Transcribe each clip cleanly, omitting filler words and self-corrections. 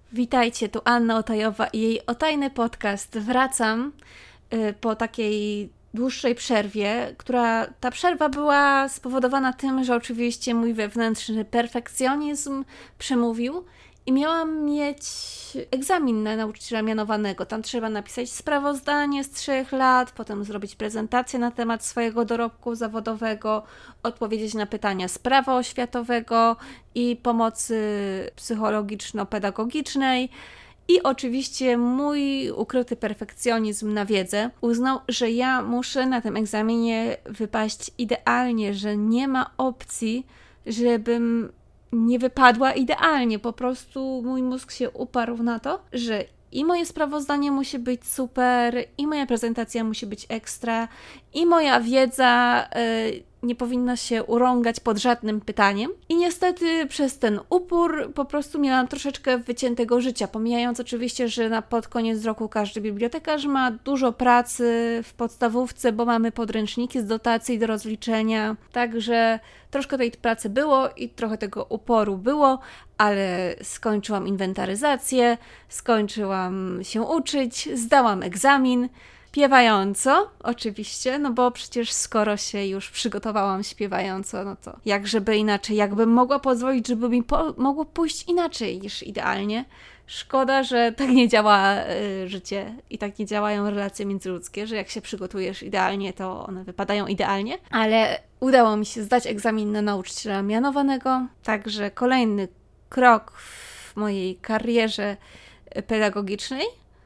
Witajcie, tu Anna Otajowa i jej otajny podcast. Wracam po takiej dłuższej przerwie, ta przerwa była spowodowana tym, że oczywiście mój wewnętrzny perfekcjonizm przemówił i miałam mieć egzamin na nauczyciela mianowanego. Tam trzeba napisać sprawozdanie z 3 lat, potem zrobić prezentację na temat swojego dorobku zawodowego, odpowiedzieć na pytania z prawa oświatowego i pomocy psychologiczno-pedagogicznej. I oczywiście mój ukryty perfekcjonizm na wiedzę uznał, że ja muszę na tym egzaminie wypaść idealnie, że nie ma opcji, żebym nie wypadła idealnie. Po prostu mój mózg się uparł na to, że i moje sprawozdanie musi być super, i moja prezentacja musi być ekstra, i moja wiedza nie powinna się urągać pod żadnym pytaniem. I niestety przez ten upór po prostu miałam troszeczkę wyciętego życia, pomijając oczywiście, że pod koniec roku każdy bibliotekarz ma dużo pracy w podstawówce, bo mamy podręczniki z dotacji do rozliczenia, także troszkę tej pracy było i trochę tego uporu było, ale skończyłam inwentaryzację, skończyłam się uczyć, zdałam egzamin, śpiewająco, oczywiście, no bo przecież skoro się już przygotowałam śpiewająco, no to jakżeby inaczej, jakbym mogła pozwolić, żeby mi mogło pójść inaczej niż idealnie. Szkoda, że tak nie działa życie i tak nie działają relacje międzyludzkie, że jak się przygotujesz idealnie, to one wypadają idealnie, ale udało mi się zdać egzamin na nauczyciela mianowanego, także kolejny krok w mojej karierze pedagogicznej.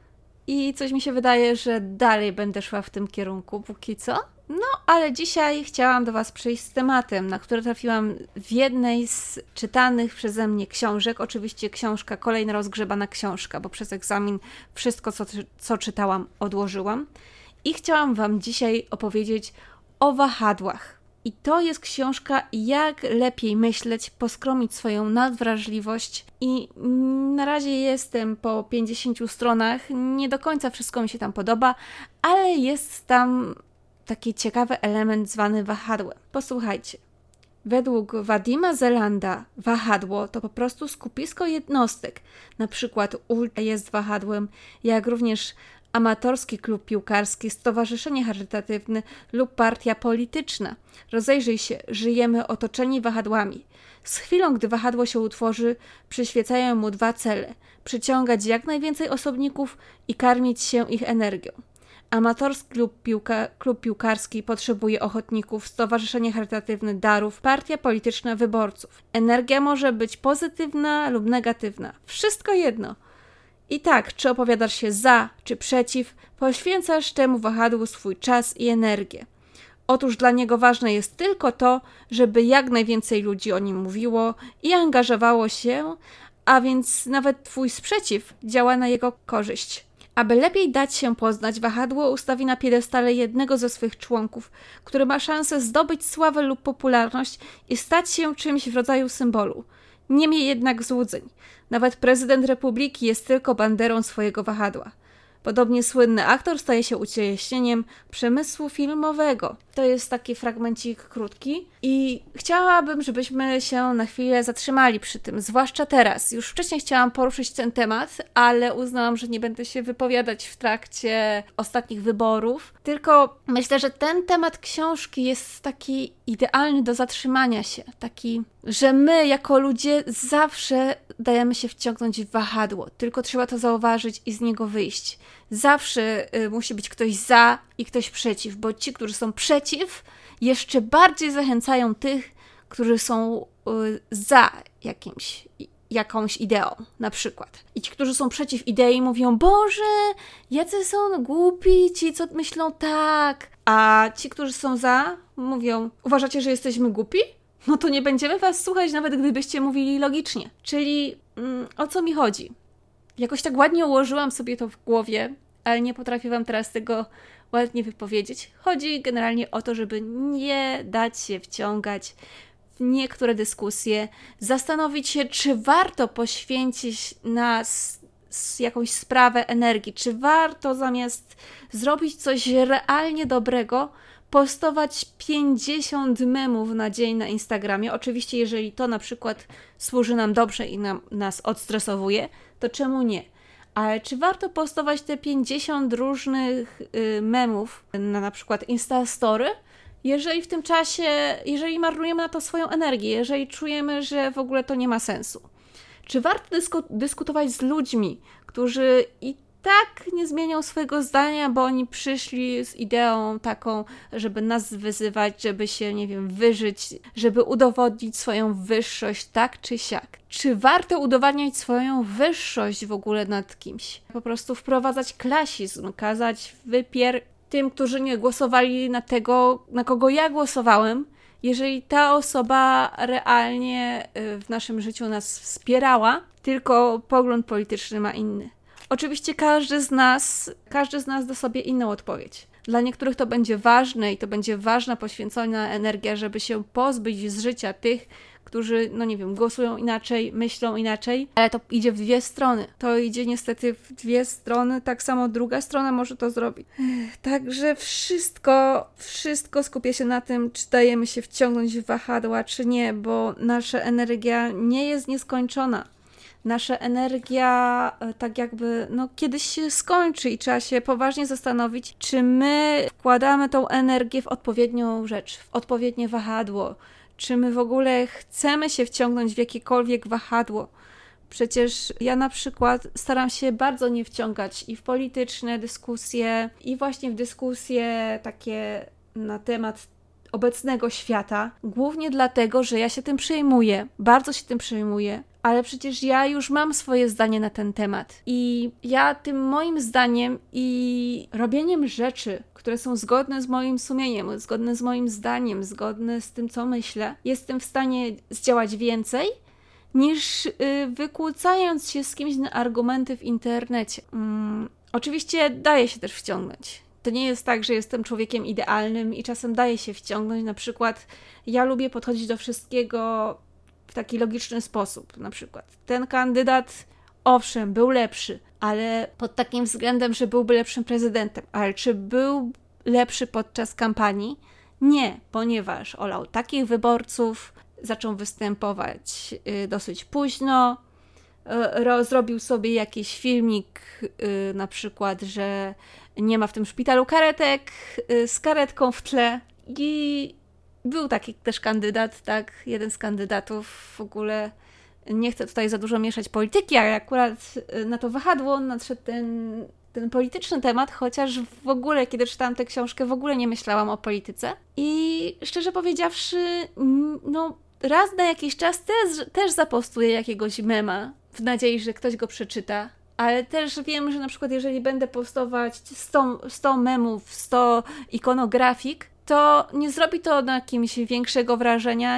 I coś mi się wydaje, że dalej będę szła w tym kierunku póki co. No, ale dzisiaj chciałam do Was przyjść z tematem, na który trafiłam w jednej z czytanych przeze mnie książek. Oczywiście książka, kolejna rozgrzebana książka, bo przez egzamin wszystko, co czytałam, odłożyłam. I chciałam Wam dzisiaj opowiedzieć o wahadłach. I to jest książka Jak lepiej myśleć, poskromić swoją nadwrażliwość. I na razie jestem po 50 stronach, nie do końca wszystko mi się tam podoba, ale jest tam taki ciekawy element zwany wahadłem. Posłuchajcie. Według Vadima Zelanda wahadło to po prostu skupisko jednostek. Na przykład ultra jest wahadłem, jak również amatorski klub piłkarski, stowarzyszenie charytatywne lub partia polityczna. Rozejrzyj się, żyjemy otoczeni wahadłami. Z chwilą, gdy wahadło się utworzy, przyświecają mu 2 cele. Przyciągać jak najwięcej osobników i karmić się ich energią. Amatorski klub piłkarski potrzebuje ochotników, stowarzyszenie charytatywne darów, partia polityczna wyborców. Energia może być pozytywna lub negatywna. Wszystko jedno. I tak, czy opowiadasz się za, czy przeciw, poświęcasz temu wahadłu swój czas i energię. Otóż dla niego ważne jest tylko to, żeby jak najwięcej ludzi o nim mówiło i angażowało się, a więc nawet twój sprzeciw działa na jego korzyść. Aby lepiej dać się poznać, wahadło ustawi na piedestale jednego ze swych członków, który ma szansę zdobyć sławę lub popularność i stać się czymś w rodzaju symbolu. Nie miej jednak złudzeń. Nawet prezydent republiki jest tylko banderą swojego wahadła. Podobnie słynny aktor staje się ucieleśnieniem przemysłu filmowego. To jest taki fragmencik krótki i chciałabym, żebyśmy się na chwilę zatrzymali przy tym, zwłaszcza teraz. Już wcześniej chciałam poruszyć ten temat, ale uznałam, że nie będę się wypowiadać w trakcie ostatnich wyborów. Tylko myślę, że ten temat książki jest taki idealny do zatrzymania się. Taki, że my jako ludzie zawsze dajemy się wciągnąć w wahadło. Tylko trzeba to zauważyć i z niego wyjść. Zawsze musi być ktoś za i ktoś przeciw, bo ci, którzy są przeciw, jeszcze bardziej zachęcają tych, którzy są za jakąś ideą, na przykład. I ci, którzy są przeciw idei, mówią: Boże, jacy są głupi ci, co myślą tak. A ci, którzy są za, mówią: uważacie, że jesteśmy głupi? No to nie będziemy was słuchać, nawet gdybyście mówili logicznie. Czyli o co mi chodzi? Jakoś tak ładnie ułożyłam sobie to w głowie, ale nie potrafię wam teraz tego ładnie wypowiedzieć. Chodzi generalnie o to, żeby nie dać się wciągać w niektóre dyskusje, zastanowić się, czy warto poświęcić na jakąś sprawę energii, czy warto zamiast zrobić coś realnie dobrego, postować 50 memów na dzień na Instagramie. Oczywiście, jeżeli to na przykład służy nam dobrze i nas odstresowuje, to czemu nie? Ale czy warto postować te 50 różnych memów na przykład Instastory, jeżeli w tym czasie, jeżeli marnujemy na to swoją energię, jeżeli czujemy, że w ogóle to nie ma sensu? Czy warto dyskutować z ludźmi, którzy i tak nie zmienią swojego zdania, bo oni przyszli z ideą taką, żeby nas wyzywać, żeby się, nie wiem, wyżyć, żeby udowodnić swoją wyższość, tak czy siak? Czy warto udowadniać swoją wyższość w ogóle nad kimś? Po prostu wprowadzać klasizm, kazać tym, którzy nie głosowali na tego, na kogo ja głosowałem, jeżeli ta osoba realnie w naszym życiu nas wspierała, tylko pogląd polityczny ma inny. Oczywiście każdy z nas da sobie inną odpowiedź. Dla niektórych to będzie ważne i to będzie ważna, poświęcona energia, żeby się pozbyć z życia tych, którzy, no nie wiem, głosują inaczej, myślą inaczej, ale to idzie w dwie strony. To idzie niestety w dwie strony, tak samo druga strona może to zrobić. Także wszystko skupia się na tym, czy dajemy się wciągnąć w wahadła, czy nie, bo nasza energia nie jest nieskończona. Nasza energia tak jakby kiedyś się skończy i trzeba się poważnie zastanowić, czy my wkładamy tą energię w odpowiednią rzecz, w odpowiednie wahadło, czy my w ogóle chcemy się wciągnąć w jakiekolwiek wahadło. Przecież ja na przykład staram się bardzo nie wciągać i w polityczne dyskusje, i właśnie w dyskusje takie na temat obecnego świata, głównie dlatego, że ja się tym przejmuję, bardzo się tym przejmuję, ale przecież ja już mam swoje zdanie na ten temat i ja tym moim zdaniem i robieniem rzeczy, które są zgodne z moim sumieniem, zgodne z moim zdaniem, zgodne z tym, co myślę, jestem w stanie zdziałać więcej, niż wykłócając się z kimś na argumenty w internecie. Oczywiście daje się też wciągnąć. To nie jest tak, że jestem człowiekiem idealnym i czasem daje się wciągnąć. Na przykład ja lubię podchodzić do wszystkiego w taki logiczny sposób. Na przykład ten kandydat, owszem, był lepszy, ale pod takim względem, że byłby lepszym prezydentem. Ale czy był lepszy podczas kampanii? Nie, ponieważ olał takich wyborców, zaczął występować dosyć późno, zrobił sobie jakiś filmik, na przykład, że nie ma w tym szpitalu karetek, z karetką w tle i był taki też kandydat, tak, jeden z kandydatów, w ogóle nie chcę tutaj za dużo mieszać polityki, ale akurat na to wahadło nadszedł ten polityczny temat, chociaż w ogóle, kiedy czytałam tę książkę, w ogóle nie myślałam o polityce i szczerze powiedziawszy, raz na jakiś czas też zapostuję jakiegoś mema w nadziei, że ktoś go przeczyta, ale też wiem, że na przykład jeżeli będę postować 100 memów, 100 ikonografik, to nie zrobi to na kimś większego wrażenia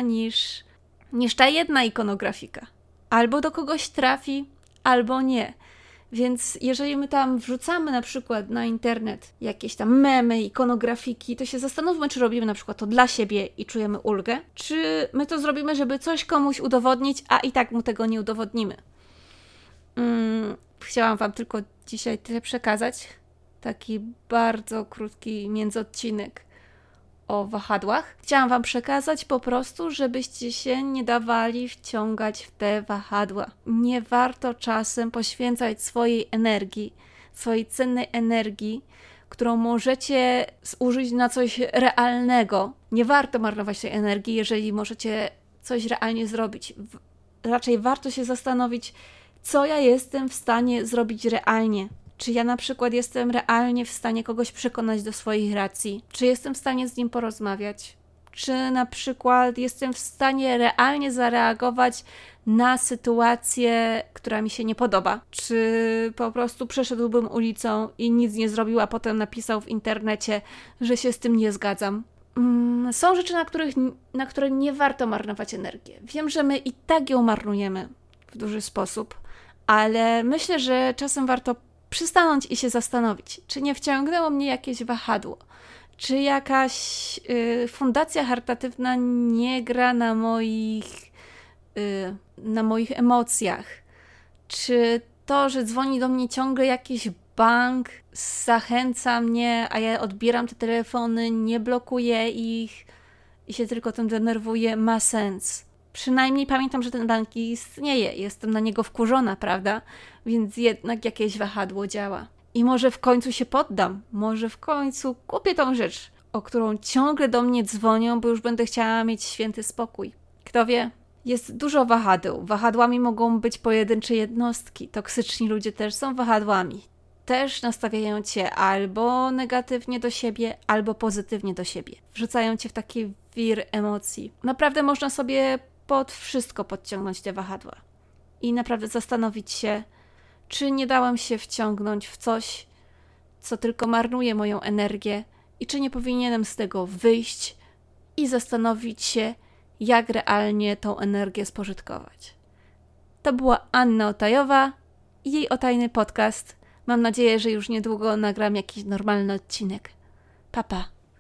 niż ta jedna ikonografika. Albo do kogoś trafi, albo nie. Więc jeżeli my tam wrzucamy na przykład na internet jakieś tam memy, ikonografiki, to się zastanówmy, czy robimy na przykład to dla siebie i czujemy ulgę, czy my to zrobimy, żeby coś komuś udowodnić, a i tak mu tego nie udowodnimy. Chciałam wam tylko dzisiaj tyle przekazać. Taki bardzo krótki międzyodcinek o wahadłach. Chciałam wam przekazać po prostu, żebyście się nie dawali wciągać w te wahadła. Nie warto czasem poświęcać swojej energii, swojej cennej energii, którą możecie zużyć na coś realnego. Nie warto marnować tej energii, jeżeli możecie coś realnie zrobić. Raczej warto się zastanowić, co ja jestem w stanie zrobić realnie. Czy ja na przykład jestem realnie w stanie kogoś przekonać do swoich racji? Czy jestem w stanie z nim porozmawiać? Czy na przykład jestem w stanie realnie zareagować na sytuację, która mi się nie podoba? Czy po prostu przeszedłbym ulicą i nic nie zrobił, a potem napisał w internecie, że się z tym nie zgadzam? Są rzeczy, na które nie warto marnować energię. Wiem, że my i tak ją marnujemy w duży sposób, ale myślę, że czasem warto przystanąć i się zastanowić, czy nie wciągnęło mnie jakieś wahadło, czy jakaś fundacja charytatywna nie gra na moich emocjach, czy to, że dzwoni do mnie ciągle jakiś bank, zachęca mnie, a ja odbieram te telefony, nie blokuję ich i się tylko tym denerwuję, ma sens. Przynajmniej pamiętam, że ten banki istnieje. Jestem na niego wkurzona, prawda? Więc jednak jakieś wahadło działa. I może w końcu się poddam. Może w końcu kupię tą rzecz, o którą ciągle do mnie dzwonią, bo już będę chciała mieć święty spokój. Kto wie? Jest dużo wahadeł. Wahadłami mogą być pojedyncze jednostki. Toksyczni ludzie też są wahadłami. Też nastawiają cię albo negatywnie do siebie, albo pozytywnie do siebie. Wrzucają cię w taki wir emocji. Naprawdę można sobie pod wszystko podciągnąć te wahadła. I naprawdę zastanowić się, czy nie dałam się wciągnąć w coś, co tylko marnuje moją energię i czy nie powinienem z tego wyjść i zastanowić się, jak realnie tą energię spożytkować. To była Anna Otajowa i jej otajny podcast. Mam nadzieję, że już niedługo nagram jakiś normalny odcinek. Pa, pa.